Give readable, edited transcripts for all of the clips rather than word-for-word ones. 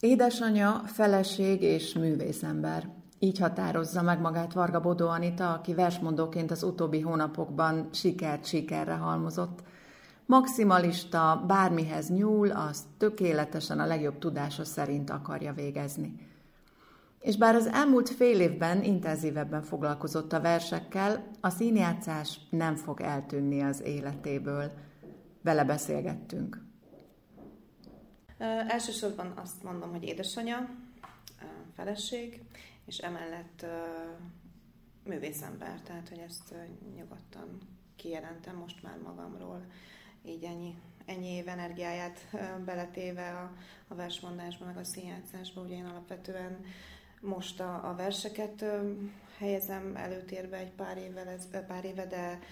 Édesanyja, feleség és művészember. Így határozza meg magát Varga Bodó Anita, aki versmondóként az utóbbi hónapokban sikert sikerre halmozott. Maximalista, bármihez nyúl, azt tökéletesen a legjobb tudása szerint akarja végezni. És bár az elmúlt fél évben intenzívebben foglalkozott a versekkel, a színjátszás nem fog eltűnni az életéből. Vele beszélgettünk. Elsősorban azt mondom, hogy édesanyja, feleség, és emellett művészember, tehát hogy ezt nyugodtan kijelentem most már magamról, így ennyi év energiáját beletéve a versmondásba, meg a színjátszásba. Ugye én alapvetően most a verseket helyezem előtérbe egy pár éve,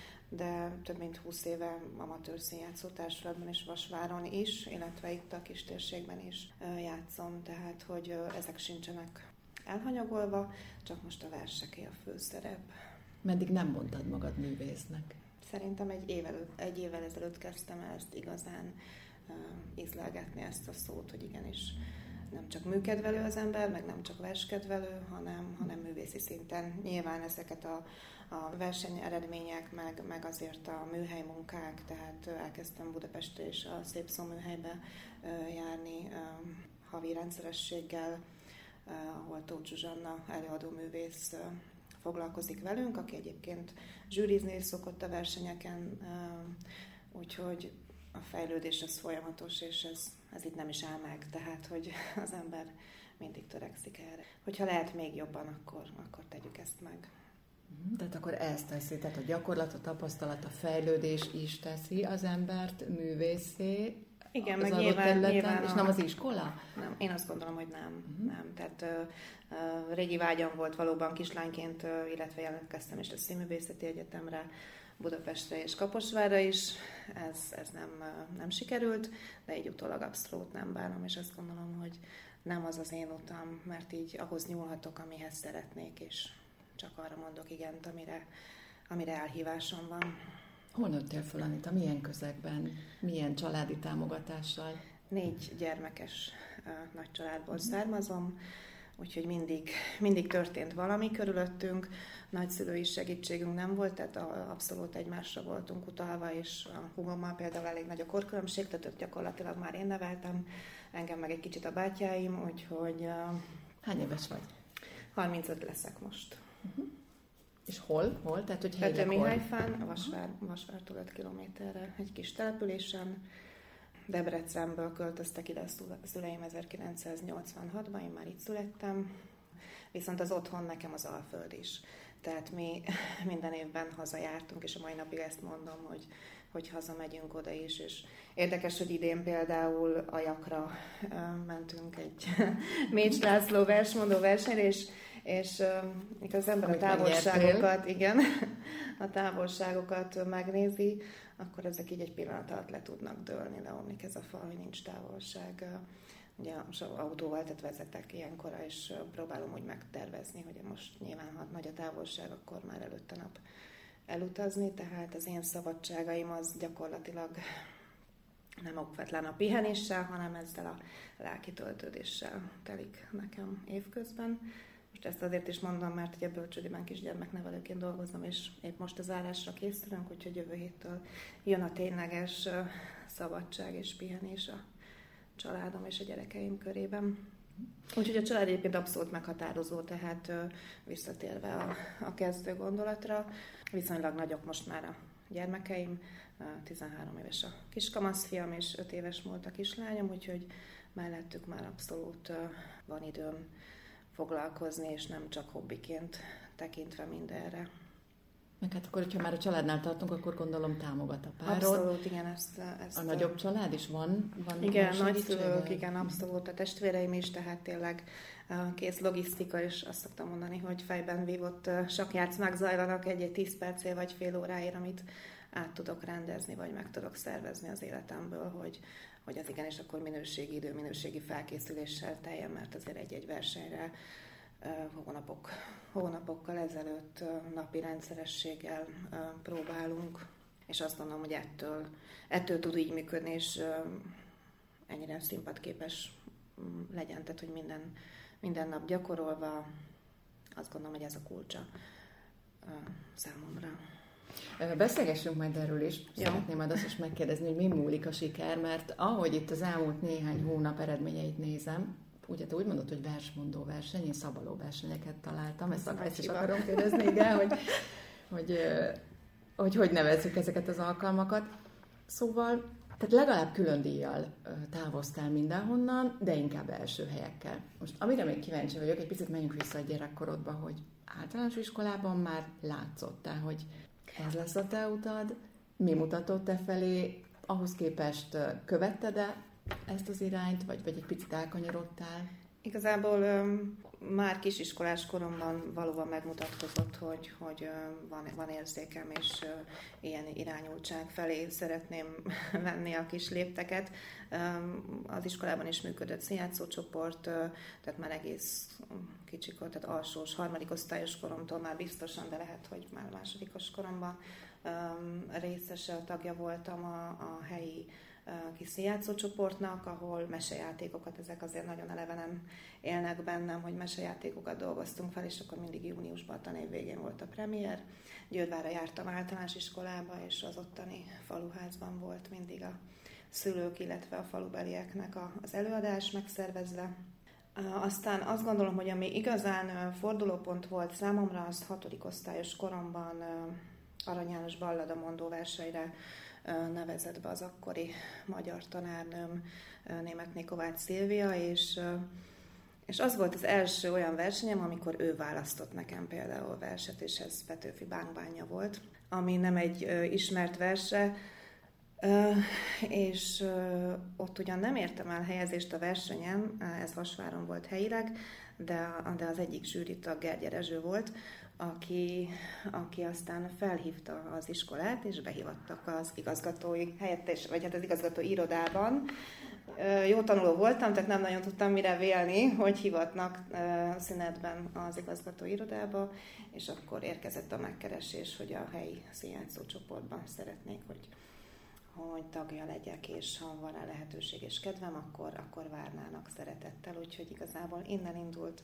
de több mint 20 éve amatőr színjátszó társulatban és Vasváron is, illetve itt a kistérségben is játszom, tehát hogy ezek sincsenek elhanyagolva, csak most a verseké a főszerep. Meddig nem mondtad magad művésznek? Szerintem egy évvel ezelőtt kezdtem el ezt igazán ízlelgetni, ezt a szót, hogy igenis nem csak műkedvelő az ember, meg nem csak verskedvelő, hanem művészi szinten. Nyilván ezeket a verseny eredmények, meg azért a műhely munkák, tehát elkezdtem Budapestre és a Szép Szó műhelybe járni havi rendszerességgel, ahol Tóth Zsuzsanna előadó művész foglalkozik velünk, aki egyébként zsűrizni is szokott a versenyeken, úgyhogy a fejlődés az folyamatos, és ez itt nem is áll meg, tehát hogy az ember mindig törekszik erre. Hogyha lehet még jobban, akkor tegyük ezt meg. Tehát akkor ezt teszi, tehát a gyakorlat, a tapasztalat, a fejlődés is teszi az embert művészé. Igen, meg nyilván és nem az iskola? Nem, én azt gondolom, hogy nem. Tehát régi vágyam volt valóban kislányként, illetve jelentkeztem is a Színművészeti Egyetemre, Budapestre és Kaposvárra is. Ez nem sikerült, de így utólag abszolút nem bánom, és azt gondolom, hogy nem az az én utam, mert így ahhoz nyúlhatok, amihez szeretnék, és csak arra mondok igent, amire elhívásom van. Hol nőttél föl, Anita? Milyen közegben? Milyen családi támogatással? 4 gyermekes nagy családból származom, úgyhogy mindig történt valami körülöttünk. Nagyszülői segítségünk nem volt, tehát abszolút egymásra voltunk utalva, és a húgommal például elég nagy a korkülönbség, tehát gyakorlatilag már én neveltem, engem meg egy kicsit a bátyáim, úgyhogy... Hány éves vagy? 35 leszek most. Uh-huh. És hol? Tehát, hogy helyileg Petőmihályfán, Vasvártól 5 kilométerre, egy kis településen. Debrecenből költöztek ide a szüleim 1986-ban, én már itt születtem. Viszont az otthon nekem az Alföld is. Tehát mi minden évben hazajártunk, és a mai napig ezt mondom, hogy hazamegyünk oda is. És érdekes, hogy idén például Ajakra mentünk egy Mécs László versmondó versenyre, és mikor az ember a távolságokat megnézi, akkor ezek így egy pillanat alatt le tudnak dőlni, leomlik ez a fal, hogy nincs távolság. Ugye autóval vezetek ilyenkor, és próbálom úgy megtervezni, hogy most nyilván, ha nagy a távolság, akkor már előtte nap elutazni, tehát az én szabadságaim az gyakorlatilag nem okvetlen a pihenéssel, hanem ezzel a lelki töltődéssel telik nekem évközben. Most ezt azért is mondom, mert ugye bölcsődében kisgyermeknevelőként dolgozom, és épp most az állásra készülünk, úgyhogy jövő héttől jön a tényleges szabadság és pihenés a családom és a gyerekeim körében. Úgyhogy a család egyébként abszolút meghatározó, tehát visszatérve a kezdő gondolatra, viszonylag nagyok most már a gyermekeim, 13 éves a kiskamaszfiam, és 5 éves volt a kislányom, úgyhogy mellettük már abszolút van időm foglalkozni, és nem csak hobbiként tekintve mindenre. Meg hát akkor, hogyha már a családnál tartunk, akkor gondolom támogat a párod. Abszolút, igen. Ezt a nagyobb család is van? Igen, nagyszülők, igen, abszolút. A testvéreim is, tehát tényleg kész logisztika, és azt szoktam mondani, hogy fejben vívott sakkjátszmák zajlanak egy 10 percél vagy fél óráért, amit át tudok rendezni, vagy meg tudok szervezni az életemből, hogy az igenis akkor minőségi idő, minőségi felkészüléssel teljen, mert azért egy-egy versenyre hónapokkal ezelőtt napi rendszerességgel próbálunk, és azt gondolom, hogy ettől tud így működni, és ennyire színpadképes legyen, tehát hogy minden nap gyakorolva, azt gondolom, hogy ez a kulcsa számomra. Beszélgessünk majd erről is. Szeretném majd azt is megkérdezni, hogy mi múlik a siker, mert ahogy itt az elmúlt néhány hónap eredményeit nézem, ugye te úgy mondod, hogy versmondó verseny, én szabaló versenyeket találtam, ezt is akarom kérdezni, igen, hogy nevezzük ezeket az alkalmakat. Szóval, tehát legalább külön díjjal távoztál mindenhonnan, de inkább első helyekkel. Most amire még kíváncsi vagyok, egy picit menjünk vissza a gyerekkorodba, hogy általános iskolában már látszottál, hogy ez lesz a te utad, mi mutatott te felé, ahhoz képest követted-e ezt az irányt, vagy egy picit elkanyarodtál? Igazából már kisiskolás koromban valóban megmutatkozott, hogy van érzékem, és ilyen irányultság felé szeretném venni a kis lépteket. Az iskolában is működött színjátszócsoport, tehát már egész kicsikor, tehát alsós, harmadikosztályos koromtól már biztosan, de lehet, hogy már másodikos koromban részese, tagja voltam a helyi kis színjátszócsoportnak, ahol mesejátékokat, ezek azért nagyon elevenen élnek bennem, hogy mesejátékokat dolgoztunk fel, és akkor mindig júniusban, a tanév végén volt a premier. Győrvárra jártam általános iskolába, és az ottani faluházban volt mindig a szülők, illetve a falubelieknek az előadás megszervezve. Aztán azt gondolom, hogy ami igazán fordulópont volt számomra, az 6. osztályos koromban Arany János balladamondó versenyre nevezett be az akkori magyar tanárnőm, Németné Kovács Szilvia, és az volt az első olyan versenyem, amikor ő választott nekem például verset, és ez Petőfi Bángbánja volt, ami nem egy ismert verse, és ott ugyan nem értem el helyezést a versenyen, ez Vasváron volt helyileg, de az egyik zsűritag Gergyer Ezső volt, aki aztán felhívta az iskolát, és behívattak az igazgatói helyettes, vagy hát az igazgató irodában. Jó tanuló voltam, tehát nem nagyon tudtam mire vélni, hogy hivatnak szünetben az igazgató irodába, és akkor érkezett a megkeresés, hogy a helyi színjátszó csoportban szeretnék, hogy tagja legyek, és ha van rá lehetőség és kedvem, akkor várnának szeretettel. Úgyhogy igazából innen indult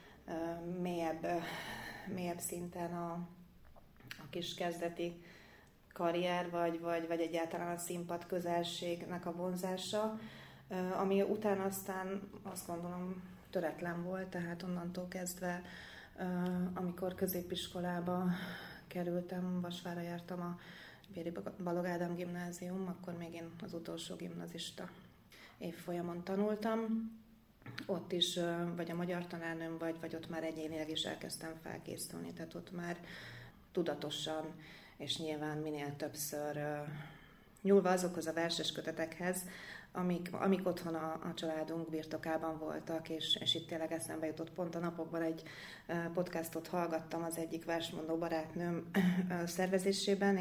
mélyebb szinten a kis kezdeti karrier, vagy egyáltalán a színpad közelségnek a vonzása, ami utána aztán azt gondolom töretlen volt, tehát onnantól kezdve, amikor középiskolába kerültem, Vasvárra jártam a Béri Balogh Ádám gimnázium, akkor még én az utolsó gimnazista évfolyamon tanultam. Ott is vagy a magyar tanárnőm, vagy ott már egyénileg is elkezdtem felkészülni, tehát ott már tudatosan, és nyilván minél többször nyúlva azokhoz a verses kötetekhez, amik otthon a családunk birtokában voltak, és itt tényleg eszembe jutott pont a napokban egy podcastot hallgattam az egyik versmondó barátnőm szervezésében,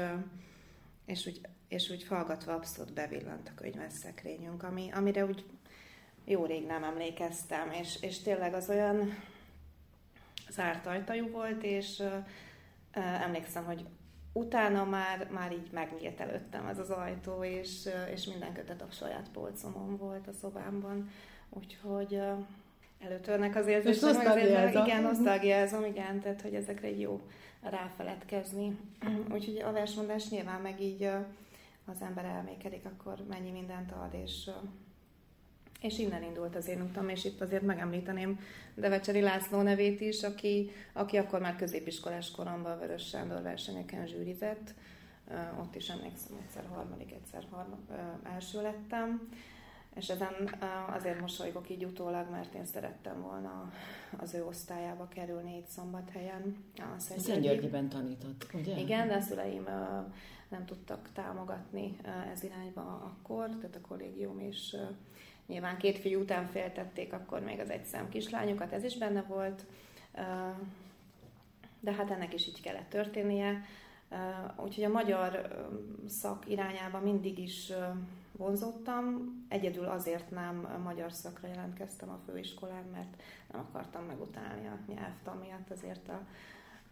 és úgy hallgatva abszolút bevillant a könyvesszekrényünk, amire úgy jó rég nem emlékeztem, és tényleg az olyan zárt ajtajú volt, és emlékszem, hogy utána már így megnyílt előttem ez az ajtó, és minden kötet a saját polcomon volt a szobámban, úgyhogy előtörnek az érzések, igen, nosztalgiázom, igen, tehát hogy ezekre egy jó ráfeledkezni. Úgyhogy a versmondás nyilván meg így az ember elmékedik, akkor mennyi mindent ad, és innen indult az én utam, és itt azért megemlíteném Devecseri László nevét is, aki akkor már középiskolás koromban a Vörös Sándor versenyeken zsűrizett. Ott is emlékszem, egyszer első lettem. És ezen azért mosolygok így utólag, mert én szerettem volna az ő osztályába kerülni itt Szombathelyen. Szentgyörgyiben tanított, ugye? Igen, de a szüleim nem tudtak támogatni ez irányba akkor, tehát a kollégium is nyilván 2 fiú után féltették akkor még az egyszám kislányokat, ez is benne volt, de hát ennek is így kellett történnie. Úgyhogy a magyar szak irányába mindig is vonzódtam. Egyedül azért nem magyar szakra jelentkeztem a főiskolán, mert nem akartam megutálni a nyelvtan miatt azért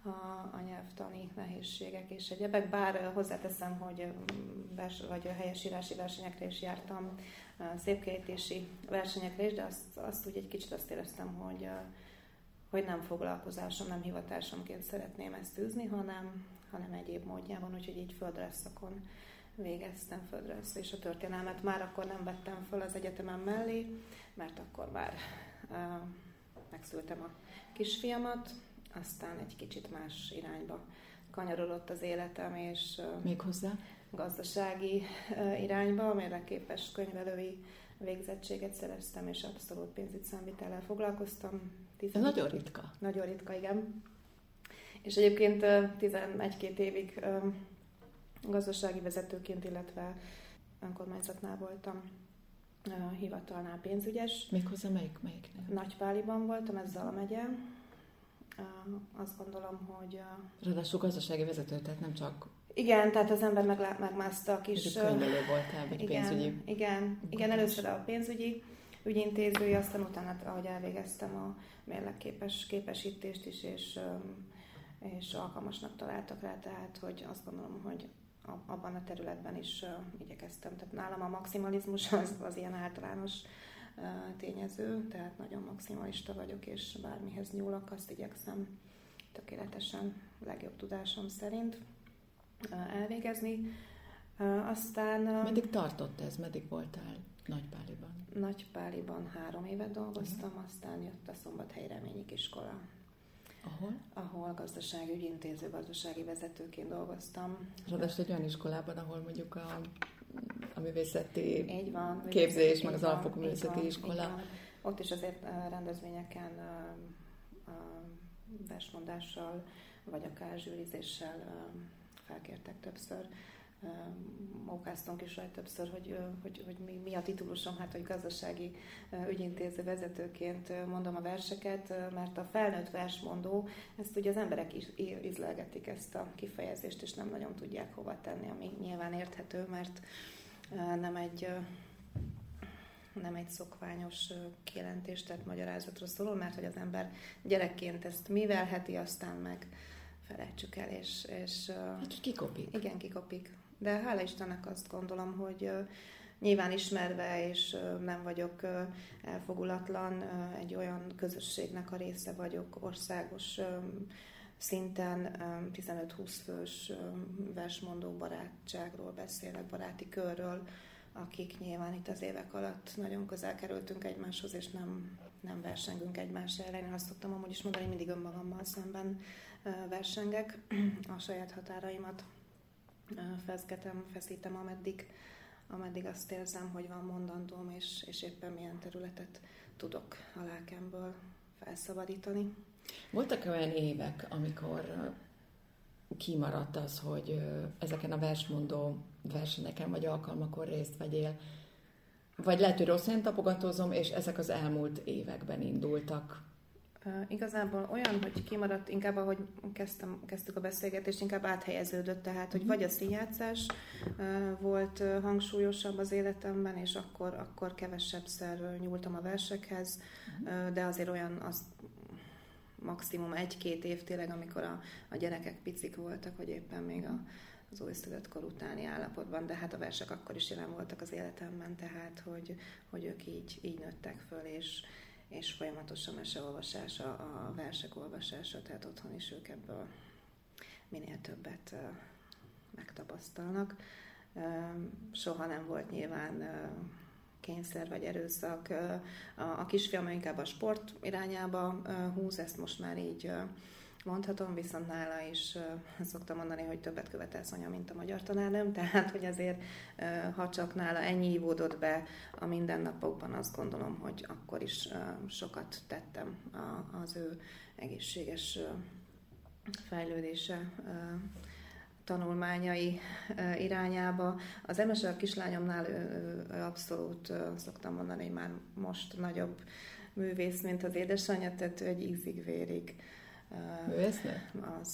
a nyelvtani nehézségek és egyebek, bár hozzáteszem, hogy vagy a helyesírási versenyekre is jártam, szépkiejtési versenyekre is, de azt úgy egy kicsit azt éreztem, hogy nem foglalkozásom, nem hivatásomként szeretném ezt űzni, hanem egyéb módjában, úgyhogy így földrajzszakon végeztem, földrajz és a történelmet már akkor nem vettem föl az egyetemem mellé, mert akkor már megszültem a kisfiamat, aztán egy kicsit más irányba kanyarodott az életem, és méghozzá gazdasági irányba, mérlekképes könyvelői végzettséget szereztem, és abszolút pénzügyszámvitellel foglalkoztam. Ez nagyon ritka. Nagyon ritka, igen. És egyébként 11-2 évig gazdasági vezetőként, illetve önkormányzatnál voltam, hivatalnál pénzügyes. Méghozzá melyiknél? Nagypáliban voltam, ez Zala megye. Azt gondolom, hogy... Ráadásul gazdasági vezető, tehát nem csak... Igen, tehát az ember megmászta a kis... Könyvelő voltál, vagy pénzügyi... Igen, először a pénzügyi ügyintézői, aztán utána, ahogy elvégeztem a mérlekképes képesítést is, és alkalmasnak találtak rá, tehát hogy azt gondolom, hogy abban a területben is igyekeztem. Tehát nálam a maximalizmus az ilyen általános tényező, tehát nagyon maximalista vagyok, és bármihez nyúlok, azt igyekszem tökéletesen, legjobb tudásom szerint elvégezni. Aztán... Meddig tartott ez? Meddig voltál Nagypáliban? Nagypáliban 3 évet dolgoztam, aztán jött a Szombathelyi Reményikiskola. Ahol gazdasági ügyintéző, gazdasági vezetőként dolgoztam. Ráadásul egy olyan iskolában, ahol mondjuk a művészeti képzés, meg az alapfokú művészeti iskola. Ott is azért rendezvényeken versmondással, vagy akár zsűrizéssel felkértek többször. Mókáztunk is rajta többször, hogy mi a titulusom, hát, hogy gazdasági ügyintéző vezetőként mondom a verseket, mert a felnőtt versmondó, ezt ugye az emberek is ízlelgetik, ezt a kifejezést, és nem nagyon tudják hova tenni, ami nyilván érthető, mert nem egy szokványos kijelentés, tehát magyarázatra szóló, mert hogy az ember gyerekként ezt művelheti, aztán meg felejtsük el, és hát kikopik. Igen, kikopik. De hála Istennek azt gondolom, hogy nyilván ismerve, és nem vagyok elfogulatlan, egy olyan közösségnek a része vagyok, országos szinten 15-20 fős versmondó barátságról beszélek, baráti körről, akik nyilván itt az évek alatt nagyon közel kerültünk egymáshoz, és nem versengünk egymás ellen. Én azt szoktam amúgy is mondani, mindig önmagammal szemben versengek, a saját határaimat feszítem, ameddig azt érzem, hogy van mondandóm, és éppen milyen területet tudok a lelkemből felszabadítani. Voltak olyan évek, amikor kimaradt az, hogy ezeken a versmondó versenyeken vagy alkalmakon részt vegyél, vagy lehet, hogy rossz helyen tapogatózom, és ezek az elmúlt években indultak? Igazából olyan, hogy kimaradt, inkább ahogy kezdtük a beszélgetést, inkább áthelyeződött, tehát hogy vagy a színjátszás volt hangsúlyosabb az életemben, és akkor kevesebbszer nyúltam a versekhez, de azért olyan az maximum 1-2 év tényleg, amikor a gyerekek picik voltak, hogy éppen még az újszülött utáni állapotban, de hát a versek akkor is jelen voltak az életemben, tehát hogy ők így nőttek föl, és folyamatosan meseolvasása, a versek olvasása, tehát otthon is ők ebből minél többet megtapasztalnak. Soha nem volt nyilván kényszer vagy erőszak. A kisfiam inkább a sport irányába húz, ezt most már így mondhatom, viszont nála is szoktam mondani, hogy többet követelsz anya, mint a magyar tanárnőm, tehát hogy azért, ha csak nála ennyi ívódott be a mindennapokban, azt gondolom, hogy akkor is sokat tettem az ő egészséges fejlődése tanulmányai irányába. Az Emese a kislányomnál ő abszolút szoktam mondani, hogy már most nagyobb művész, mint az édesanyja, tehát ő egy ízig-vérig művésznő?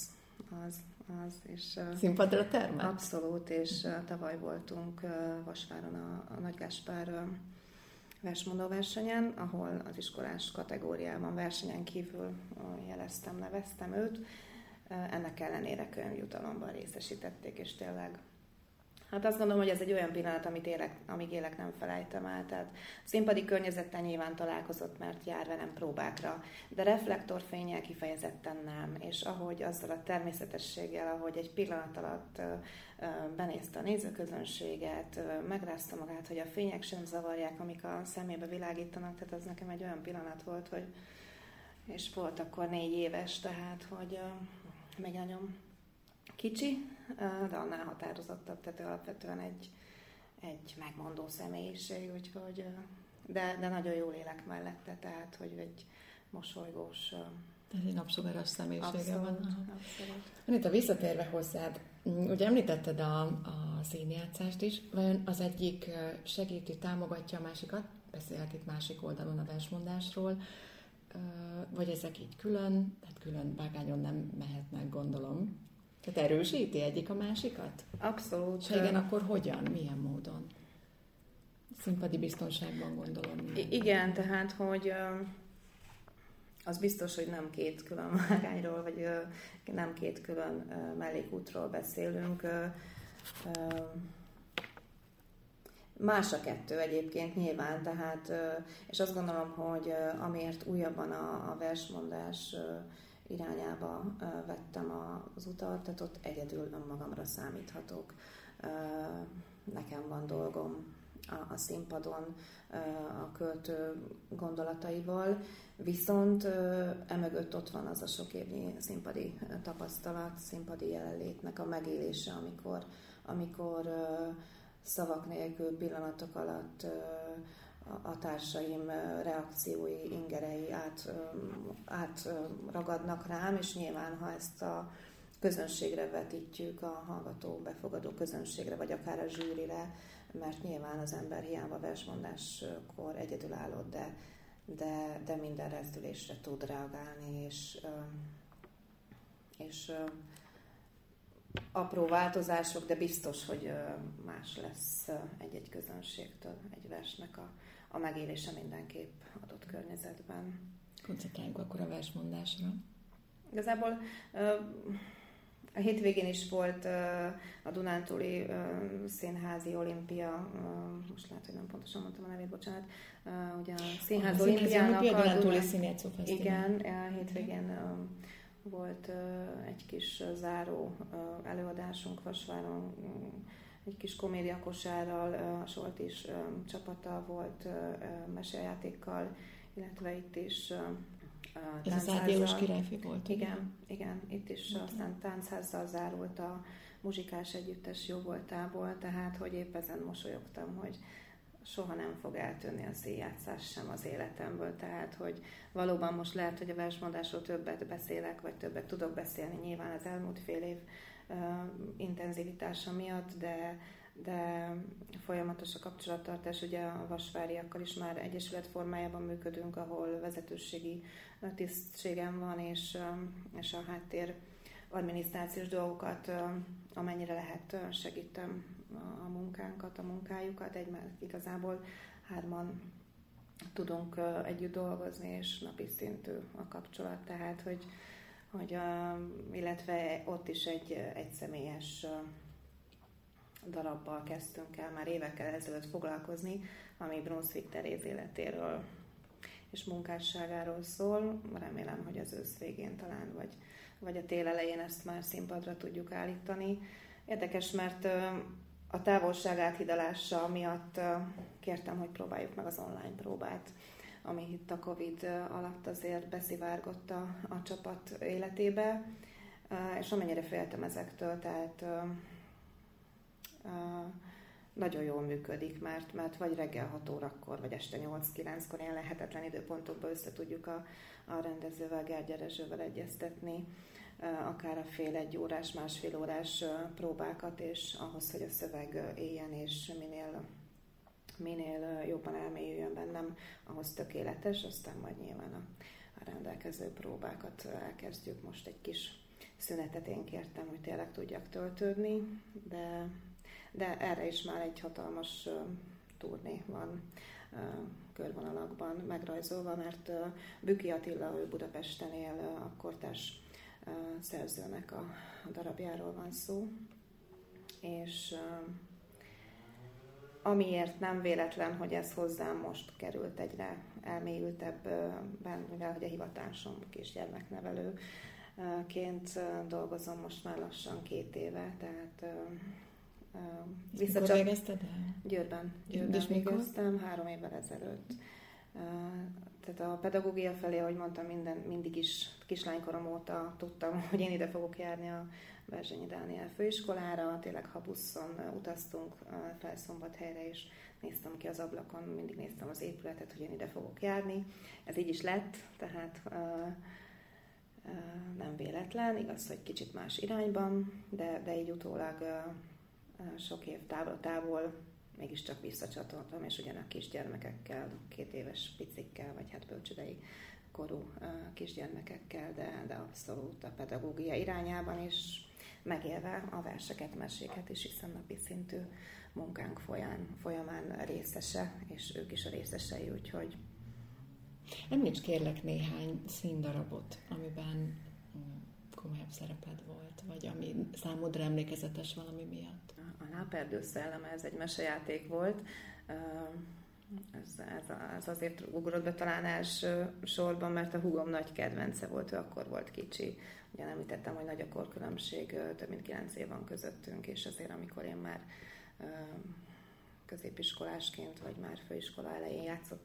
Az. És színpadra termel? Abszolút, és tavaly voltunk Vasváron a Nagy Gáspár versmondó versenyen, ahol az iskolás kategóriában versenyen kívül neveztem őt. ennek ellenére könyvjutalomban részesítették, és tényleg hát azt gondolom, hogy ez egy olyan pillanat, amíg élek, nem felejtem el. Tehát színpadi környezettel nyilván találkozott, mert jár velem próbákra, de reflektorfénnyel kifejezetten nem. És ahogy azzal a természetességgel, ahogy egy pillanat alatt benézte a nézőközönséget, megrázta magát, hogy a fények sem zavarják, amik a szemébe világítanak, tehát az nekem egy olyan pillanat volt, hogy és volt akkor 4 éves, tehát hogy még nagyon kicsi, de annál határozottabb, tehát alapvetően egy megmondó személyiség, úgyhogy, de nagyon jól élek mellette, tehát hogy egy mosolygós... Ez egy napsugaras személyisége van. Abszolút. Anita, visszatérve hozzád, ugye említetted a színjátszást is, vajon az egyik segíti, támogatja a másikat, beszélek itt másik oldalon a versmondásról, vagy ezek így külön, tehát külön vágányon nem mehetnek, gondolom. Tehát erősíti egyik a másikat? Abszolút. És igen, akkor hogyan? Milyen módon? Színpadi biztonságban gondolom. Igen, tehát, hogy az biztos, hogy nem 2 külön vágányról, vagy nem 2 külön mellékútról beszélünk. Más a 2 egyébként nyilván, tehát, és azt gondolom, hogy amiért újabban a versmondás irányába vettem az utat, tehát ott egyedül önmagamra számíthatok. Nekem van dolgom a színpadon a költő gondolataival, viszont emögött ott van az a sok évnyi színpadi tapasztalat, színpadi jelenlétnek a megélése, amikor szavak nélkül, pillanatok alatt a társaim reakciói, ingerei átragadnak rám, és nyilván, ha ezt a közönségre vetítjük, a hallgató, befogadó közönségre, vagy akár a zsűrire, mert nyilván az ember hiába versmondáskor egyedülálló, de minden rezdülésre tud reagálni, és apró változások, de biztos, hogy más lesz egy-egy közönségtől, egy versnek a megélése mindenképp adott környezetben. Koncentráljunk akkor a versmondásra. Igazából a hétvégén is volt a Dunántúli Színházi Olimpia, most lehet, hogy nem pontosan mondtam a nevét, bocsánat, ugye a Színház Olimpiának a Dunántúli Színjátszó Fesztivál. Igen, a hétvégén volt egy kis záró előadásunk Vasváron, egy kis komédiakosárral, a Solt is csapata volt mesejátékkal, illetve itt is ez az Ádiós királyfi volt. Igen, itt is aztán táncházzal zárult a muzsikás együttes jóvoltából, tehát hogy épp ezen mosolyogtam, hogy soha nem fog eltűnni a színjátszás sem az életemből, tehát hogy valóban most lehet, hogy a versmondásról többet beszélek, vagy többet tudok beszélni nyilván az elmúlt fél év intenzivitása miatt, de folyamatos a kapcsolattartás, ugye a vasváriakkal is már egyesület formájában működünk, ahol vezetőségi tisztségem van, és a háttér adminisztrációs dolgokat, amennyire lehet, segítem a munkánkat, a munkájukat, igazából 3-an tudunk együtt dolgozni, és napi szintű a kapcsolat, tehát hogy illetve ott is egy személyes darabbal kezdtünk el már évekkel ezelőtt foglalkozni, ami Brunswick Teréz életéről és munkásságáról szól. Remélem, hogy az ősz végén talán, vagy a tél elején ezt már színpadra tudjuk állítani. Érdekes, mert a távolság áthidalása miatt kértem, hogy próbáljuk meg az online próbát, ami itt a Covid alatt azért beszivárgott a csapat életébe, és amennyire féltem ezektől, tehát nagyon jól működik, mert vagy reggel 6 órakor, vagy este 8-9-kor ilyen lehetetlen időpontokban össze tudjuk a rendezővel, Gergely Rezsővel egyeztetni, akár a fél-egy órás, másfél órás próbákat, és ahhoz, hogy a szöveg éljen, és minél jobban elmélyüljön bennem, ahhoz tökéletes, aztán majd nyilván a rendelkező próbákat elkezdjük. Most egy kis szünetet én kértem, hogy tényleg tudjak töltődni, de erre is már egy hatalmas turné van körvonalakban megrajzolva, mert Büki Attila, ő Budapesten él, a kortárs szerzőnek a darabjáról van szó. És amiért nem véletlen, hogy ez hozzám most került egyre elmélyültebben, mivel hogy a hivatásom kisgyermeknevelőként dolgozom most már lassan 2 éve, tehát Mikor végezted el? Győrben végeztem 3 évvel ezelőtt. Tehát a pedagógia felé, ahogy mondtam, mindig is kislánykorom óta tudtam, hogy én ide fogok járni a Berzsenyi Dániel főiskolára. Tényleg, ha buszon utaztunk fel Szombathelyre, és néztem ki az ablakon, mindig néztem az épületet, hogy én ide fogok járni. Ez így is lett, tehát nem véletlen, igaz, hogy kicsit más irányban, de így utólag sok év távol mégiscsak visszacsatoltam, és ugyan a kisgyermekekkel, 2 éves picikkel, vagy hát bölcsődei korú kisgyermekekkel, de abszolút a pedagógia irányában is megélve a verseket, meséket is, hiszen napi szintű munkánk folyamán részese, és ők is a részesei, úgyhogy... Említs kérlek néhány színdarabot, amiben komolyabb szereped volt, vagy ami számodra emlékezetes valami miatt. A Náperdő szelleme, ez egy mesejáték volt. Ez azért ugrott be talán első sorban, mert a húgom nagy kedvence volt, ő akkor volt kicsi. Ugyan említettem, hogy nagy a korkülönbség, több mint 9 év van közöttünk, és azért amikor én már középiskolásként, vagy már főiskola elején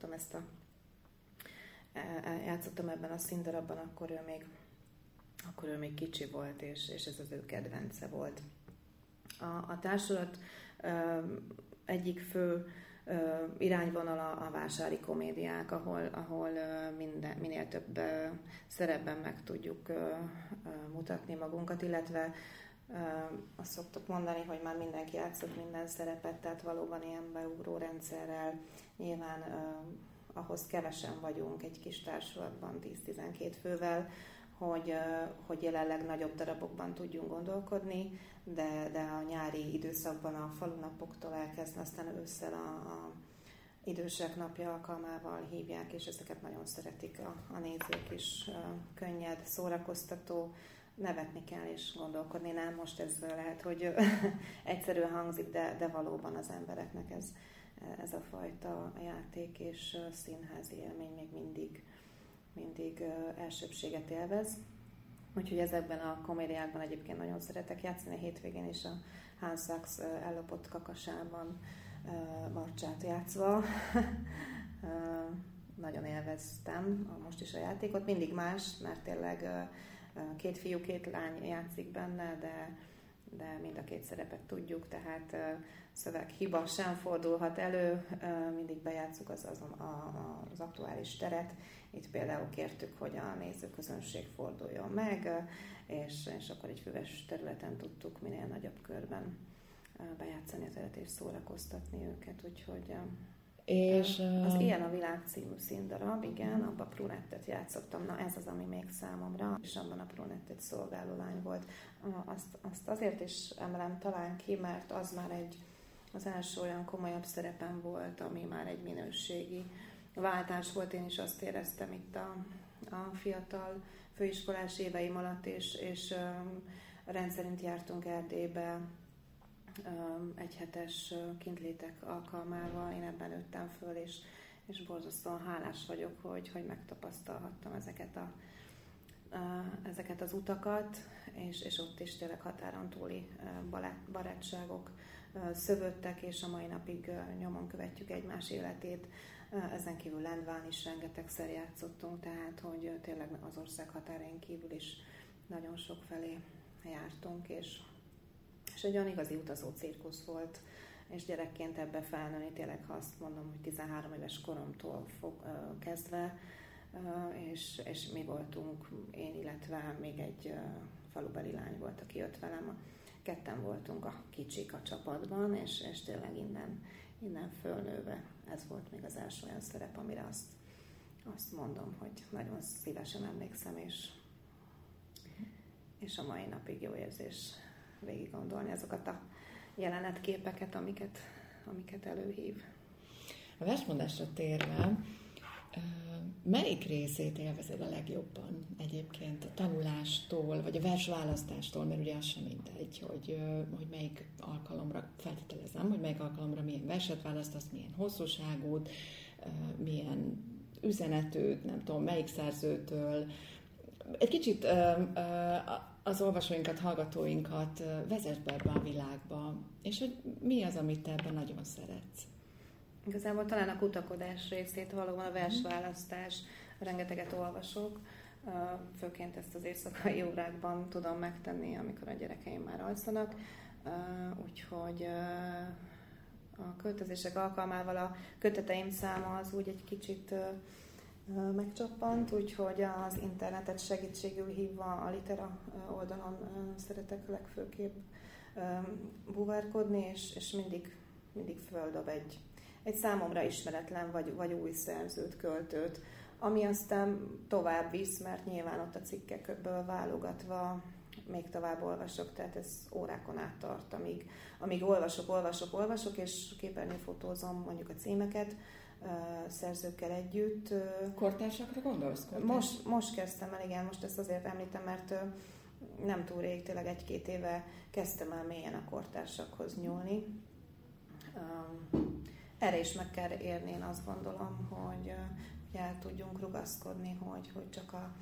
játszottam ebben a színdarabban, akkor ő még kicsi volt, és ez az ő kedvence volt. A társulat egyik fő irányvonala a vásári komédiák, ahol minél több szerepben meg tudjuk mutatni magunkat, illetve azt szoktuk mondani, hogy már mindenki játszott minden szerepet, tehát valóban ilyen beugró rendszerrel. Nyilván ahhoz kevesen vagyunk egy kis társulatban, 10-12 fővel, hogy jelenleg nagyobb darabokban tudjunk gondolkodni, de a nyári időszakban a falunapoktól elkezdve, aztán ősszel a idősek napja alkalmával hívják, és ezeket nagyon szeretik a nézők is. Könnyed, szórakoztató, nevetni kell és gondolkodni. Nem, most ez lehet, hogy egyszerűen hangzik, de valóban az embereknek ez a fajta játék és színházi élmény még mindig elsőbbséget élvez. Úgyhogy ezekben a komédiákban egyébként nagyon szeretek játszani. A hétvégén is a Hans Sachs ellopott kakasában Marcsát játszva. Nagyon élveztem most is a játékot. Mindig más, mert tényleg 2 fiú, 2 lány játszik benne, de mind a 2 szerepet tudjuk, tehát szöveghiba sem fordulhat elő, mindig bejátszuk az aktuális teret. Itt például kértük, hogy a nézőközönség forduljon meg, és akkor egy füves területen tudtuk minél nagyobb körben bejátszani a teret és szórakoztatni őket, úgyhogy és az Ilyen a világ című színdarab, igen, abban Prunettet játszottam, na ez az, ami még számomra, és abban a Prunett egy szolgáló lány volt. Azt azért is emelem talán ki, mert az már az első olyan komolyabb szerepem volt, ami már egy minőségi váltás volt. Én is azt éreztem itt a fiatal főiskolás éveim alatt, és rendszerint jártunk Erdélybe, egyhetes kintlétek alkalmával. Én ebben nőttem föl, és borzasztóan hálás vagyok, hogy megtapasztalhattam ezeket az utakat, és ott is tényleg határon túli barátságok szövődtek, és a mai napig nyomon követjük egymás életét. Ezen kívül Lendván is rengetegszer játszottunk, tehát hogy tényleg az ország határain kívül is nagyon sok felé jártunk, és egy olyan igazi utazó cirkusz volt, és gyerekként ebbe felnőni, tényleg ha azt mondom, hogy 13 éves koromtól kezdve, és mi voltunk, én, illetve még egy falubeli lány volt, aki jött velem, 2 voltunk a kicsik a csapatban, és tényleg innen fölnőve ez volt még az első olyan szerep, amire azt mondom, hogy nagyon szívesen emlékszem, és a mai napig jó érzés végig gondolni azokat a jelenetképeket, amiket előhív. A versmondásra térve, Melyik részét élvezed a legjobban egyébként a tanulástól, vagy a versválasztástól, mert ugye az sem mindegy, hogy melyik alkalomra, feltételezem, hogy melyik alkalomra milyen verset választasz, milyen hosszúságút, milyen üzenetőt, nem tudom, melyik szerzőtől. Egy kicsit az olvasóinkat, hallgatóinkat vezess be ebbe a világba, és hogy mi az, amit te ebben nagyon szeretsz. Igazából talán a kutakodás részét, valóban a versválasztás, rengeteget olvasok, főként ezt az éjszakai órákban tudom megtenni, amikor a gyerekeim már alszanak, úgyhogy a költözések alkalmával a köteteim száma az úgy egy kicsit megcsappant, úgyhogy az internetet segítségül hívva a Litera oldalon szeretek legfőképp búvárkodni, és mindig földob egy számomra ismeretlen vagy új szerzőt, költőt, ami aztán tovább visz, mert nyilván ott a cikkekből válogatva még tovább olvasok, tehát ez órákon át tart, amíg olvasok, és képernyőfotózom mondjuk a címeket szerzőkkel együtt. Kortársakra gondolsz? Most kezdtem el, igen, most ezt azért említem, mert nem túl rég, tényleg 1-2 éve kezdtem el mélyen a kortársakhoz nyúlni. Erre is meg kell érni, én azt gondolom, hogy el tudjunk rugaszkodni, hogy csak a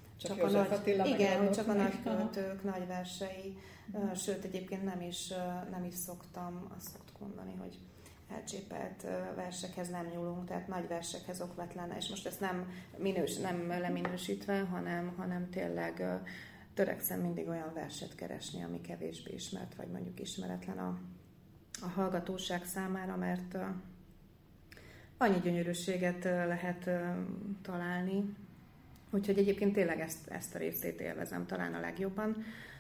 nagy költők, nagy versei, sőt egyébként nem is szoktam azt mondani, hogy elcsépelt versekhez nem nyúlunk, tehát nagy versekhez okvetlen, és most ezt nem leminősítve, hanem tényleg törekszem mindig olyan verset keresni, ami kevésbé ismert, vagy mondjuk ismeretlen a hallgatóság számára, mert annyi gyönyörűséget lehet találni. Úgyhogy egyébként tényleg ezt a részét élvezem talán a legjobban.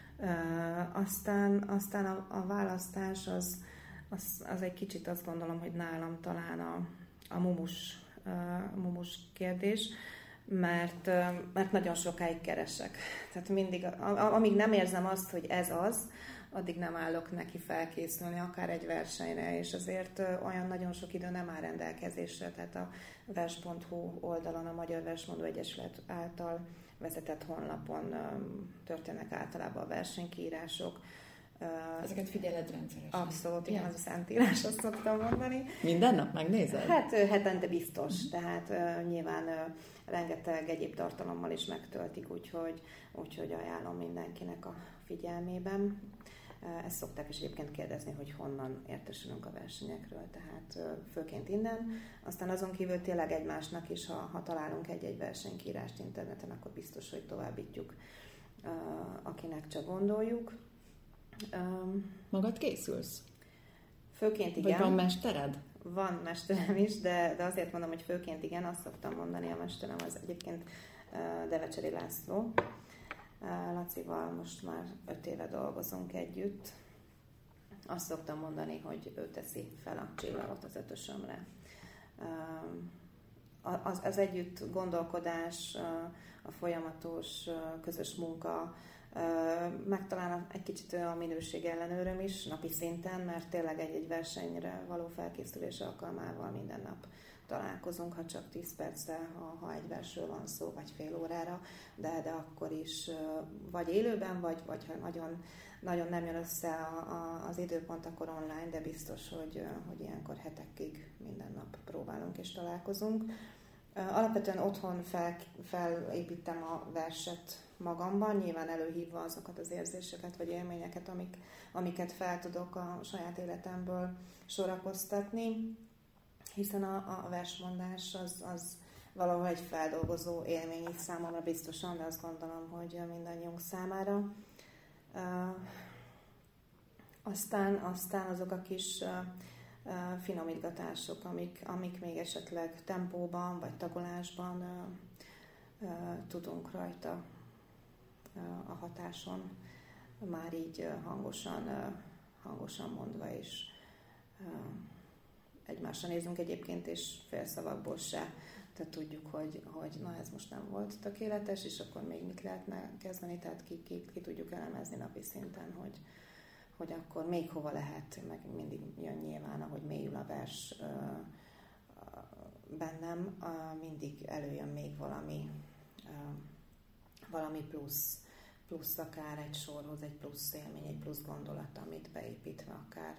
Aztán a választás az egy kicsit azt gondolom, hogy nálam talán a mumus kérdés, mert nagyon sokáig keresek. Tehát mindig, amíg nem érzem azt, hogy ez az, addig nem állok neki felkészülni akár egy versenyre, és azért olyan nagyon sok idő nem áll rendelkezésre, tehát a vers.hu oldalon, a Magyar Versmondó Egyesület által vezetett honlapon történnek általában a versenykiírások. Ezeket figyeled rendszeresen? Abszolút, igen, az a szentírás, azt szoktam mondani. Minden nap megnézed? Hát hetente biztos, tehát nyilván rengeteg egyéb tartalommal is megtöltik, úgyhogy ajánlom mindenkinek a figyelmében. Ezt szokták is egyébként kérdezni, hogy honnan értesülünk a versenyekről, tehát főként innen. Aztán azon kívül tényleg egymásnak is, ha találunk egy versenykírást interneten, akkor biztos, hogy továbbítjuk, akinek csak gondoljuk. Magad készülsz? Főként igen. Vagy van mestered? Van mesterem is, de azért mondom, hogy főként igen, azt szoktam mondani, a mesterem az egyébként Devecseri László. Lacival most már 5 éve dolgozunk együtt. Azt szoktam mondani, hogy ő teszi fel a csillagot az ötösömre. Az együtt gondolkodás, a folyamatos közös munka, meg talán egy kicsit a minőség ellenőröm is napi szinten, mert tényleg egy versenyre való felkészülés alkalmával minden nap találkozunk, ha csak 10 perccel, ha egy versről van szó, vagy fél órára, de akkor is vagy élőben, vagy ha nagyon nem jön össze az időpont, akkor online, de biztos, hogy ilyenkor hetekig minden nap próbálunk és találkozunk. Alapvetően otthon felépítem a verset magamban, nyilván előhívva azokat az érzéseket vagy élményeket, amiket fel tudok a saját életemből sorakoztatni, hiszen a versmondás az valahol egy feldolgozó élmény is számomra biztosan, de azt gondolom, hogy mindannyiunk számára. Aztán azok a kis finomítgatások, amik még esetleg tempóban vagy tagolásban tudunk rajta a hatáson, már így hangosan mondva is egymásra nézünk egyébként, és félszavakból se. Tehát tudjuk, hogy na ez most nem volt tökéletes, és akkor még mit lehetne kezdeni, tehát ki tudjuk elemezni napi szinten, hogy akkor még hova lehet, meg mindig jön nyilván, ahogy mélyül a vers, bennem mindig előjön még valami plusz akár egy sorhoz, egy plusz élmény, egy plusz gondolat, amit beépítve akár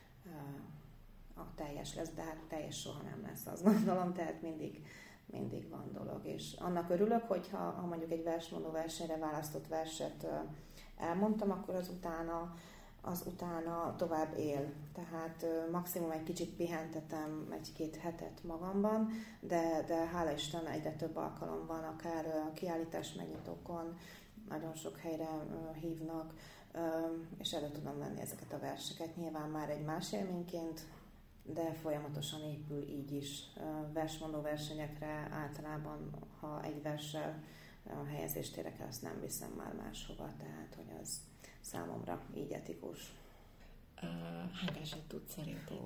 a teljes lesz, de hát teljes soha nem lesz, azt gondolom, tehát mindig van dolog. És annak örülök, hogyha mondjuk egy versmondó versenyre választott verset elmondtam, akkor az utána tovább él. Tehát maximum egy kicsit pihentetem 1-2 hetet magamban, de hála Isten egyre több alkalom van, akár kiállítás megnyitókon, nagyon sok helyre hívnak, és elő tudom venni ezeket a verseket. Nyilván már egy más élményként, de folyamatosan épül így is. Versmondó versenyekre általában, ha egy verssel a helyezést érek el, azt nem viszem már máshova, tehát hogy az számomra így etikus. Hány verset tudsz szerinted?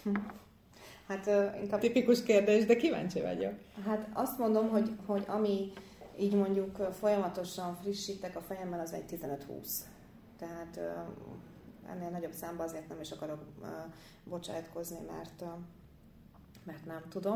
Hát inkább... Tipikus kérdés, de kíváncsi vagyok. Hát azt mondom, hogy ami így mondjuk folyamatosan frissítek a fejemben, az egy 15-20. Tehát ennél nagyobb számba azért nem is akarok bocsátkozni, mert nem tudom.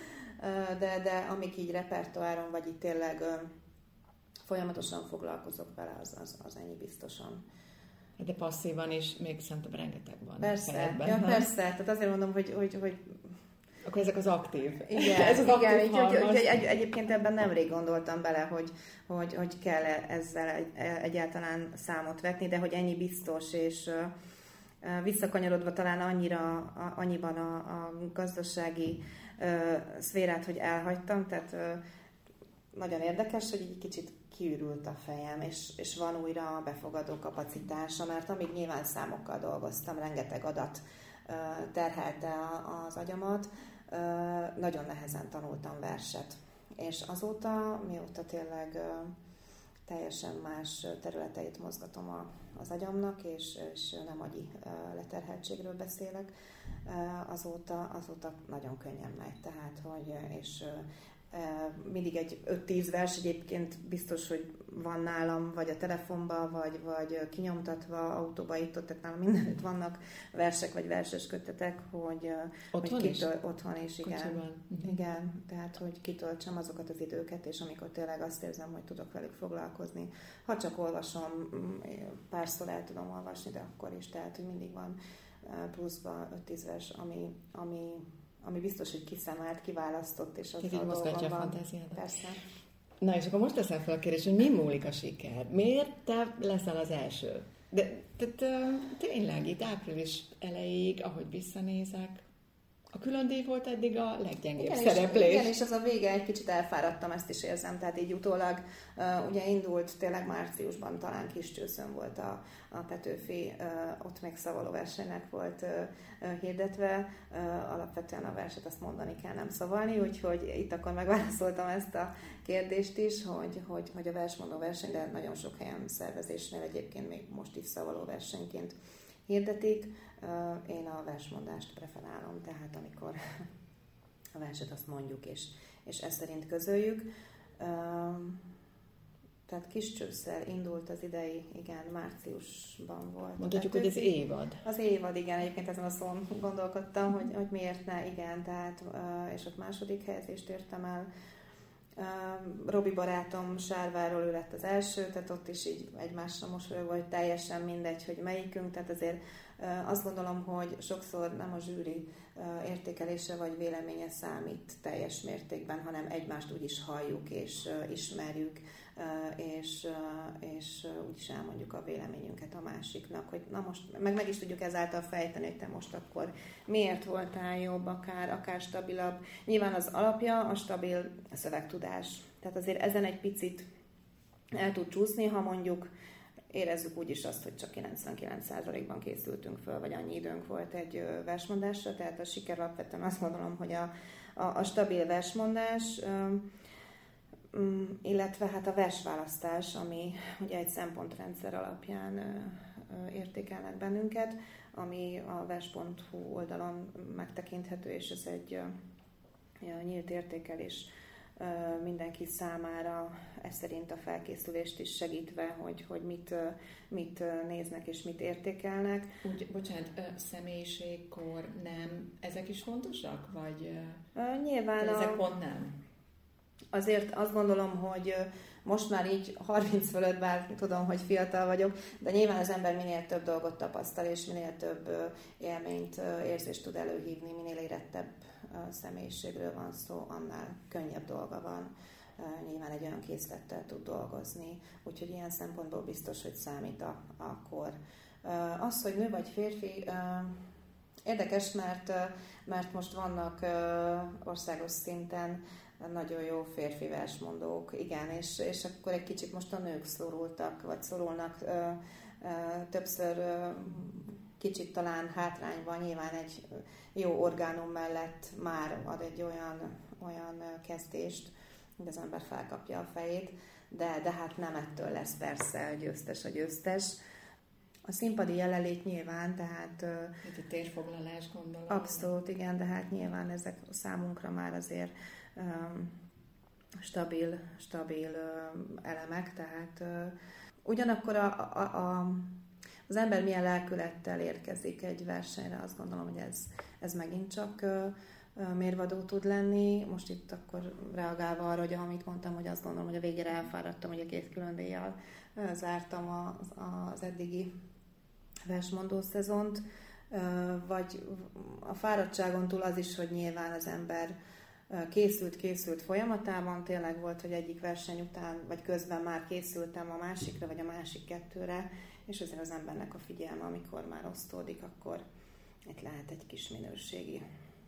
De amik így repertoáron, vagy itt tényleg folyamatosan foglalkozok vele, az ennyi biztosan. De passzívan is még szerintem rengeteg van. Persze, persze. Tehát azért mondom, hogy akkor ezek az aktív. Igen, ez az aktív úgyhogy egyébként ebben nemrég gondoltam bele, hogy kell ezzel egyáltalán számot vetni, de hogy ennyi biztos, és visszakanyarodva talán annyiban a gazdasági szférát, hogy elhagytam, tehát nagyon érdekes, hogy egy kicsit kiürült a fejem, és van újra befogadó kapacitása, mert amíg nyilván számokkal dolgoztam, rengeteg adat terhelte az agyamat, nagyon nehezen tanultam verset. És azóta, mióta tényleg teljesen más területeit mozgatom az agyamnak, és nem agyi leterheltségről beszélek, azóta nagyon könnyen megy. Tehát, és mindig egy 5-10 vers egyébként biztos, hogy van nálam, vagy a telefonban, vagy kinyomtatva, autóba itt, tehát nálam mindenütt vannak versek, vagy verses kötetek, hogy otthon is, igen. Igen, tehát, hogy kitöltsem azokat az időket, és amikor tényleg azt érzem, hogy tudok velük foglalkozni. Ha csak olvasom, párszor el tudom olvasni, de akkor is, tehát, hogy mindig van pluszban 5-10 vers, ami biztos, hogy kiszemelt, kiválasztott, és az így mozgatja a fantáziádat. Persze. Na, és akkor most teszem fel a kérdést, hogy mi múlik a siker? Miért te leszel az első? De tényleg itt április elejéig, ahogy visszanézek, a külön díj volt eddig a leggyengébb szereplés. Igen, és az a vége, egy kicsit elfáradtam, ezt is érzem, tehát így utólag ugye indult, tényleg márciusban talán Kiscsőszön volt a Petőfi, ott még szavaló versenynek volt hirdetve, alapvetően a verset azt mondani kell, nem szavalni, úgyhogy itt akkor megválaszoltam ezt a kérdést is, hogy a versmondó verseny, de nagyon sok helyen szervezésnél egyébként még most is szavaló versenyként hirdetik. Én a versmondást preferálom, tehát amikor a verset azt mondjuk, és ezt szerint közöljük. Tehát Kiscsősszel indult az idei, igen, márciusban volt. Mondhatjuk, hogy az évad. Az évad, igen, egyébként ezen a szón gondolkodtam, hogy miért ne, igen, tehát, és ott második helyezést értem el. Robi barátom Sárváról, ő lett az első, tehát ott is így egymásra mosolyogva, hogy teljesen mindegy, hogy melyikünk, tehát azért azt gondolom, hogy sokszor nem a zsűri értékelése vagy véleménye számít teljes mértékben, hanem egymást úgy is halljuk és ismerjük, és úgy is elmondjuk a véleményünket a másiknak, hogy na most, meg is tudjuk ezáltal fejteni, hogy te most akkor miért voltál jobb, akár stabilabb. Nyilván az alapja a stabil szövegtudás. Tehát azért ezen egy picit el tud csúszni, ha mondjuk érezzük úgyis azt, hogy csak 99%-ban készültünk föl, vagy annyi időnk volt egy versmondásra, tehát a siker alapvetően azt gondolom, hogy a stabil versmondás, illetve hát a versválasztás, ami ugye egy szempontrendszer alapján értékelnek bennünket, ami a vers.hu oldalon megtekinthető, és ez egy nyílt értékelés mindenki számára ez szerint a felkészülést is segítve, hogy mit néznek és mit értékelnek. Bocsánat, személyiség, kor, nem, ezek is fontosak? Vagy nyilván ezek pont nem? Azért azt gondolom, hogy most már így 30 fölött, bár tudom, hogy fiatal vagyok, de nyilván az ember minél több dolgot tapasztal, és minél több élményt, érzést tud előhívni, minél érettebb személyiségről van szó, annál könnyebb dolga van. Nyilván egy olyan készlettel tud dolgozni, úgyhogy ilyen szempontból biztos, hogy számít a kor. Az, hogy nő vagy férfi, érdekes, mert most vannak országos szinten nagyon jó férfi versmondók, igen, és akkor egy kicsit most a nők szorultak, vagy szorulnak többször kicsit talán hátrányban, nyilván egy jó orgánum mellett már ad egy olyan kezdést, hogy az ember felkapja a fejét, de hát nem ettől lesz persze a győztes. A színpadi jelenlét nyilván, tehát... Itt a térfoglalás, gondolom. Abszolút, igen, de hát nyilván ezek számunkra már azért stabil elemek, tehát ugyanakkor az ember milyen lelkülettel érkezik egy versenyre, azt gondolom, hogy ez megint csak mérvadó tud lenni. Most itt akkor reagálva arra, hogy amit mondtam, hogy azt gondolom, hogy a végére elfáradtam, hogy a 2 külön díjjal zártam az eddigi versmondó szezont, vagy a fáradtságon túl az is, hogy nyilván az ember készült folyamatában, tényleg volt, hogy egyik verseny után, vagy közben már készültem a másikra, vagy a másik 2-re, és azért az embernek a figyelme, amikor már osztódik, akkor itt lehet egy kis minőségi,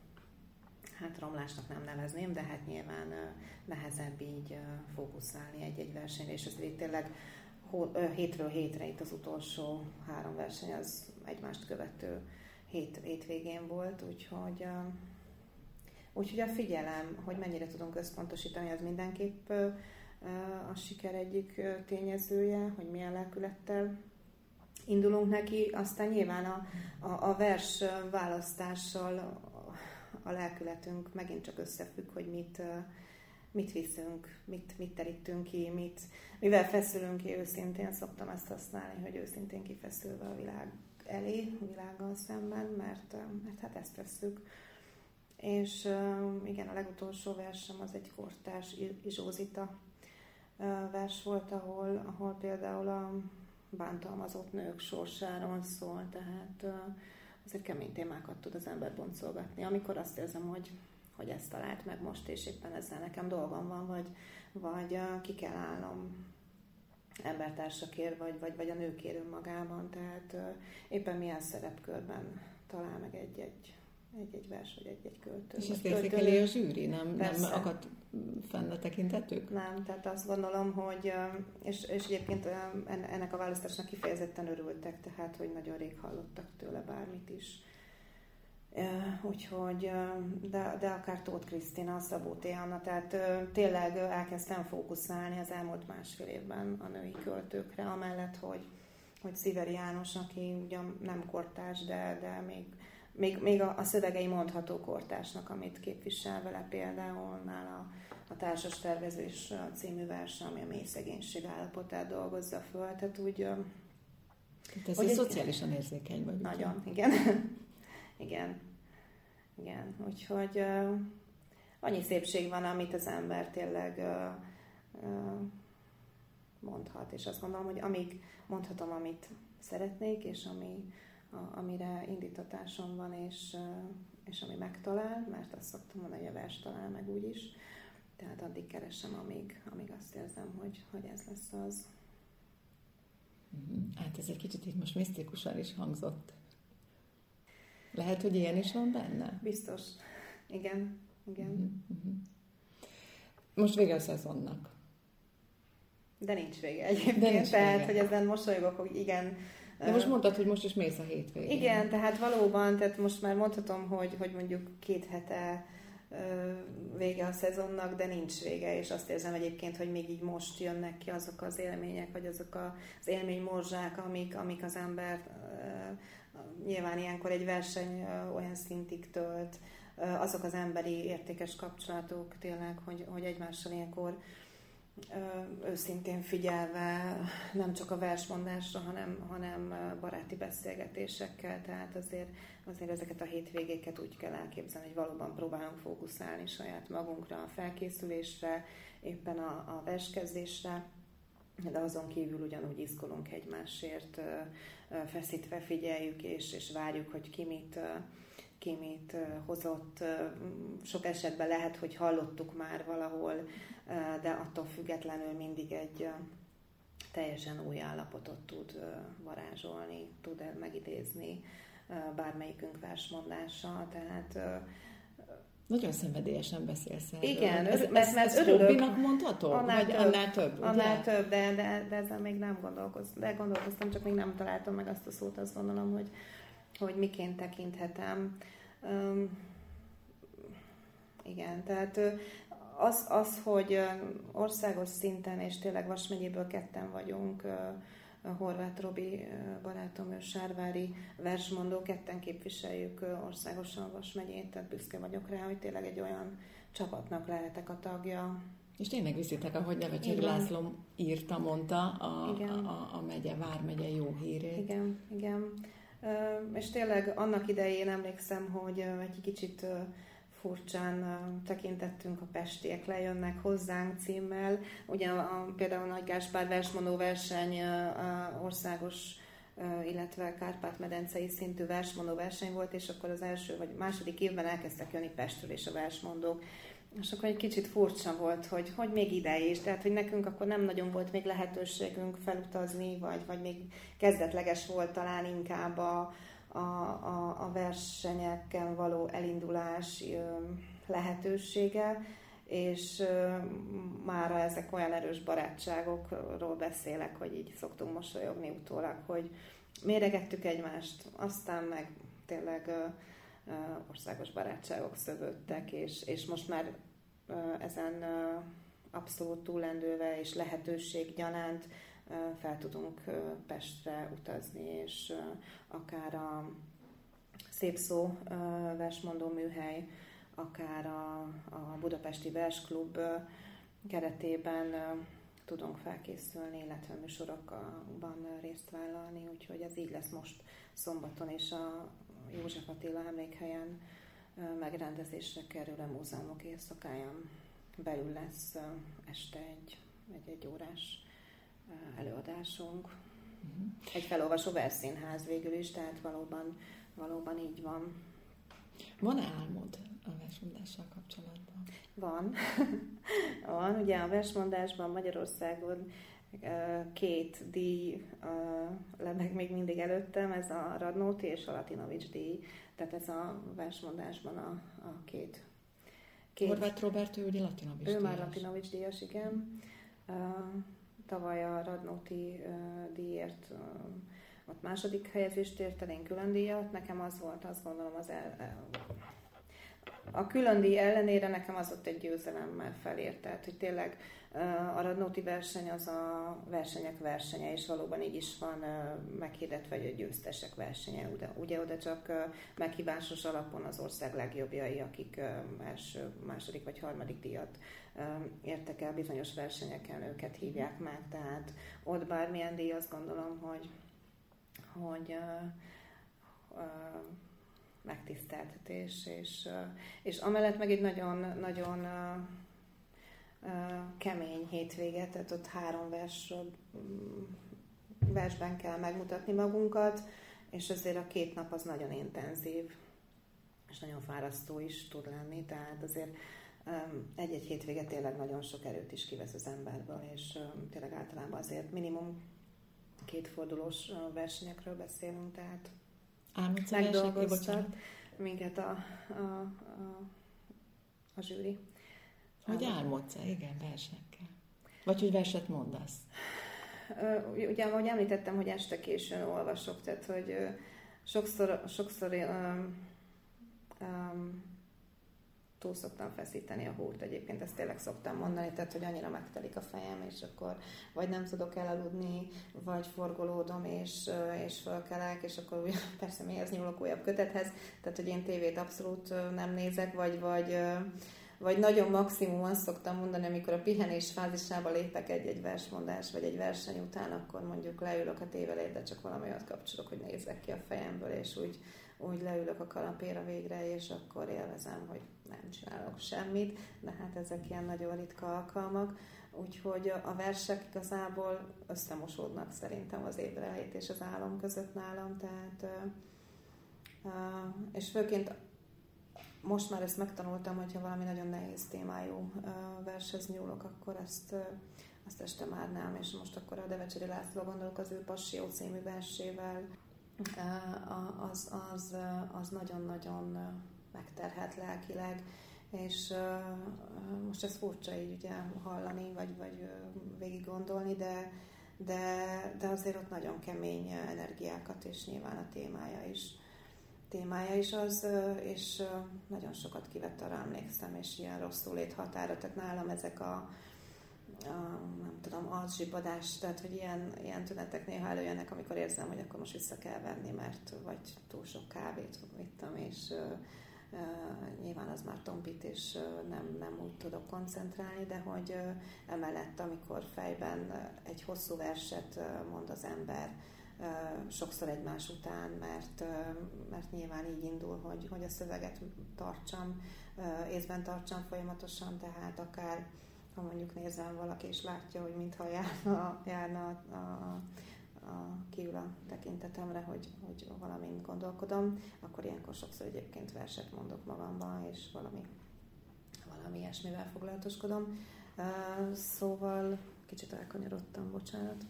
hát romlásnak nem nevezném, de hát nyilván nehezebb így fókuszálni egy versenyre, és azért tényleg hétről hétre itt az utolsó 3 verseny az egymást követő hétvégén volt, úgyhogy a figyelem, hogy mennyire tudunk összpontosítani, az mindenképp a siker egyik tényezője, hogy milyen lelkülettel indulunk neki, aztán nyilván a vers választással a lelkületünk megint csak összefügg, hogy mit viszünk, mit terítünk ki, mivel feszülünk ki őszintén, szoktam ezt használni, hogy őszintén kifeszülve a világ elé, a világgal szemben, mert hát ezt tesszük. És igen, a legutolsó versem az egy kortárs Izsózita vers volt, ahol például a bántalmazott nők sorsáról szól, tehát azért kemény témákat tud az ember boncolgatni, amikor azt érzem, hogy ezt talált meg most, és éppen ezzel nekem dolgom van, vagy ki kell állnom embertársakért, vagy a nőkért önmagában, tehát éppen milyen szerepkörben talál meg egy vers, vagy egy költő. És ezt értékeli a zsűri? Nem akad fenn a tekintetük? Nem, tehát azt gondolom, hogy, és egyébként ennek a választásnak kifejezetten örültek, tehát, hogy nagyon rég hallottak tőle bármit is. Úgyhogy, de akár Tóth Krisztina, Szabó T. Anna, tehát tényleg elkezdtem fókuszálni az elmúlt 1,5 évben a női költőkre, amellett, hogy Sziveri János, aki ugyan nem kortárs, de még a szövegei mondható kortársnak, amit képvisel vele például nála a Társas tervezés című verse, ami a mély szegénység állapotát dolgozza föl, tehát úgy... Ez egy szociálisan érzékeny vagy. Nagyon, igen. Igen, úgyhogy annyi szépség van, amit az ember tényleg mondhat, és azt gondolom, hogy amíg mondhatom, amit szeretnék, és amire indítatásom van, és ami megtalál, mert azt szoktam mondani, hogy a vers talál meg úgyis, tehát addig keresem, amíg azt érzem, hogy ez lesz az. Hát ez egy kicsit itt most misztikusan is hangzott. Lehet, hogy ilyen is van benne? Biztos. Igen. Most vége a szezonnak. De nincs vége egyébként. Tehát, hogy ezen mosolygok, hogy igen. De most mondtad, hogy most is mész a hétvégén. Igen, tehát valóban, tehát most már mondhatom, hogy mondjuk 2 hete vége a szezonnak, de nincs vége, és azt érzem egyébként, hogy még így most jönnek ki azok az élmények, vagy azok az élménymorzsák, amik az ember nyilván ilyenkor egy verseny olyan szintig tölt, azok az emberi értékes kapcsolatok tényleg, hogy egymással ilyenkor őszintén figyelve, nem csak a versmondásra, hanem baráti beszélgetésekkel, tehát azért ezeket a hétvégéket úgy kell elképzelni, hogy valóban próbálunk fókuszálni saját magunkra, a felkészülésre, éppen a verskezdésre, de azon kívül ugyanúgy izgulunk egymásért, feszítve figyeljük és várjuk, hogy ki mit hozott. Sok esetben lehet, hogy hallottuk már valahol, de attól függetlenül mindig egy teljesen új állapotot tud varázsolni, tud megidézni bármelyikünk versmondása. Tehát nagyon szenvedélyesen beszélsz erről. Igen, mert örülök. Hobbinak mondható? Vagy annál több? Annál több, de ezzel még nem gondolkoztam, csak még nem találtam meg azt a szót, azt gondolom, hogy miként tekinthetem. Igen, tehát hogy országos szinten, és tényleg Vas megyéből ketten vagyunk, Horváth Robi barátom, ő sárvári versmondó, ketten képviseljük országosan Vas megyét, tehát büszke vagyok rá, hogy tényleg egy olyan csapatnak lehetek a tagja. És tényleg viszitek, ahogy Nevecseri László írta, mondta a megye, vármegye jó hírét. Igen. És tényleg annak idején emlékszem, hogy egy kicsit furcsán tekintettünk, a pestiek lejönnek hozzánk címmel. Ugye például a Nagy Gáspár versmondó verseny országos, illetve Kárpát-medencei szintű versmondó verseny volt, és akkor az első vagy második évben elkezdtek jönni Pestről és a versmondók. És akkor egy kicsit furcsa volt, hogy még ide is, tehát hogy nekünk akkor nem nagyon volt még lehetőségünk felutazni, vagy még kezdetleges volt talán inkább a versenyeken való elindulás lehetősége, és mára ezek olyan erős barátságokról beszélek, hogy így szoktunk mosolyogni utólag, hogy méregettük egymást, aztán meg tényleg országos barátságok szövődtek, és most már ezen abszolút túllendülve és lehetőség gyanánt fel tudunk Pestre utazni, és akár a Szép Szó versmondó műhely, akár a Budapesti Versklub keretében tudunk felkészülni, illetve műsorokban részt vállalni, úgyhogy ez így lesz most szombaton, és a József Attila emlékhelyen megrendezésre kerülő múzeumok éjszakáján belül lesz este egy órás előadásunk. Egy felolvasó versszínház végül is, tehát valóban így van. Van-e álmod a versmondással kapcsolatban? Van. Van, ugye a versmondásban Magyarországon 2 díj lebeg még mindig előttem, ez a Radnóti és a Latinovics díj, tehát ez a versmondásban a két. Horváth Robert, ő ugye Latinovics díjas. Ő már Latinovics díjas, igen. Tavaly a Radnóti díjért ott második helyezést ért el, én külön díjat. Nekem az volt, azt gondolom, a külön díj ellenére nekem az ott egy győzelemmel felért. Tehát, hogy tényleg a Radnóti verseny az a versenyek versenye, és valóban így is van meghirdetve, hogy a győztesek versenye. Ugye oda csak meghívásos alapon az ország legjobbjai, akik első, második vagy harmadik díjat értek el bizonyos versenyeken, őket hívják meg. Tehát ott bármilyen díj, azt gondolom, hogy megtiszteltetés, és amellett meg egy nagyon kemény hétvége, tehát ott 3 versben kell megmutatni magunkat, és azért a 2 nap az nagyon intenzív, és nagyon fárasztó is tud lenni, tehát azért egy-egy hétvége tényleg nagyon sok erőt is kivesz az emberből, és tényleg általában azért minimum 2 fordulós versenyekről beszélünk, tehát megdolgoztak minket a zsűri. Hogy álmodsz-e? Igen, versekkel. Vagy hogy verset mondasz? Ugye, ahogy említettem, hogy este későn olvasok, tehát hogy sokszor túl szoktam feszíteni a húrt, egyébként ezt tényleg szoktam mondani, tehát hogy annyira megtelik a fejem, és akkor vagy nem tudok elaludni, vagy forgolódom, és fölkelek, és akkor úgy, persze mihez nyúlok újabb kötethez, tehát hogy én tévét abszolút nem nézek, vagy nagyon maximum azt szoktam mondani, amikor a pihenés fázisába lépek egy versmondás, vagy egy verseny után, akkor mondjuk leülök a tévé elé, de csak valami olyat kapcsolok, hogy nézzek ki a fejemből, és úgy leülök a kanapéra végre, és akkor élvezem, hogy nem csinálok semmit, de hát ezek ilyen nagyon ritka alkalmak, úgyhogy a versek igazából összemosódnak szerintem az ébrenlét és az álom között nálam, tehát és főként most már ezt megtanultam, hogyha valami nagyon nehéz témájú vershez nyúlok, akkor azt este már nem, és most akkor a Devecseri László gondolok az ő Passió című versével, az nagyon-nagyon megterhelt lelkileg, és most ez furcsa így ugye hallani, vagy végig gondolni, de azért ott nagyon kemény energiákat, és nyilván a témája is az, és nagyon sokat kivett, arra emlékszem, és ilyen rosszul lét határa, tehát nálam ezek nem tudom, alzsibadás, tehát hogy ilyen tünetek néha előjönnek, amikor érzem, hogy akkor most vissza kell venni, mert vagy túl sok kávét vittem, és nyilván az már tompít, és nem úgy tudok koncentrálni, de hogy emellett, amikor fejben egy hosszú verset mond az ember, sokszor egymás után, mert nyilván így indul, hogy a szöveget tartsam, észben tartsam folyamatosan, tehát akár ha mondjuk nézem valaki és látja, hogy mintha járna kiül a tekintetemre, hogy valamint gondolkodom, akkor ilyenkor sokszor egyébként verset mondok magamban, és valami ilyesmivel foglalatoskodom. Szóval kicsit elkanyarodtam, bocsánat.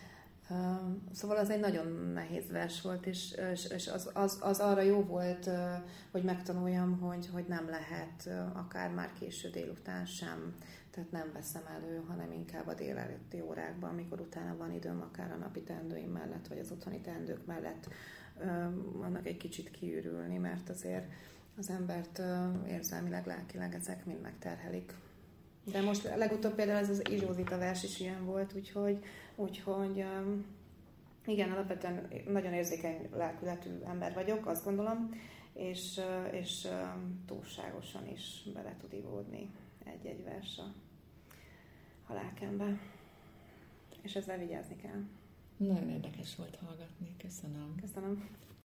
Szóval az egy nagyon nehéz vers volt, és az arra jó volt, hogy megtanuljam, hogy nem lehet akár már késő délután sem, tehát nem veszem elő, hanem inkább a délelőtti órákban, amikor utána van időm, akár a napi teendőim mellett, vagy az otthoni teendők mellett annak egy kicsit kiürülni, mert azért az embert érzelmileg, lelkileg ezek mind megterhelik. De most legutóbb például ez az Izsózita vers is ilyen volt, úgyhogy igen, alapvetően nagyon érzékeny lelkületű ember vagyok, azt gondolom, és túlságosan is bele tud ivódni egy vers a lelkembe. És ezzel vigyázni kell. Nagyon érdekes volt hallgatni, köszönöm. Köszönöm.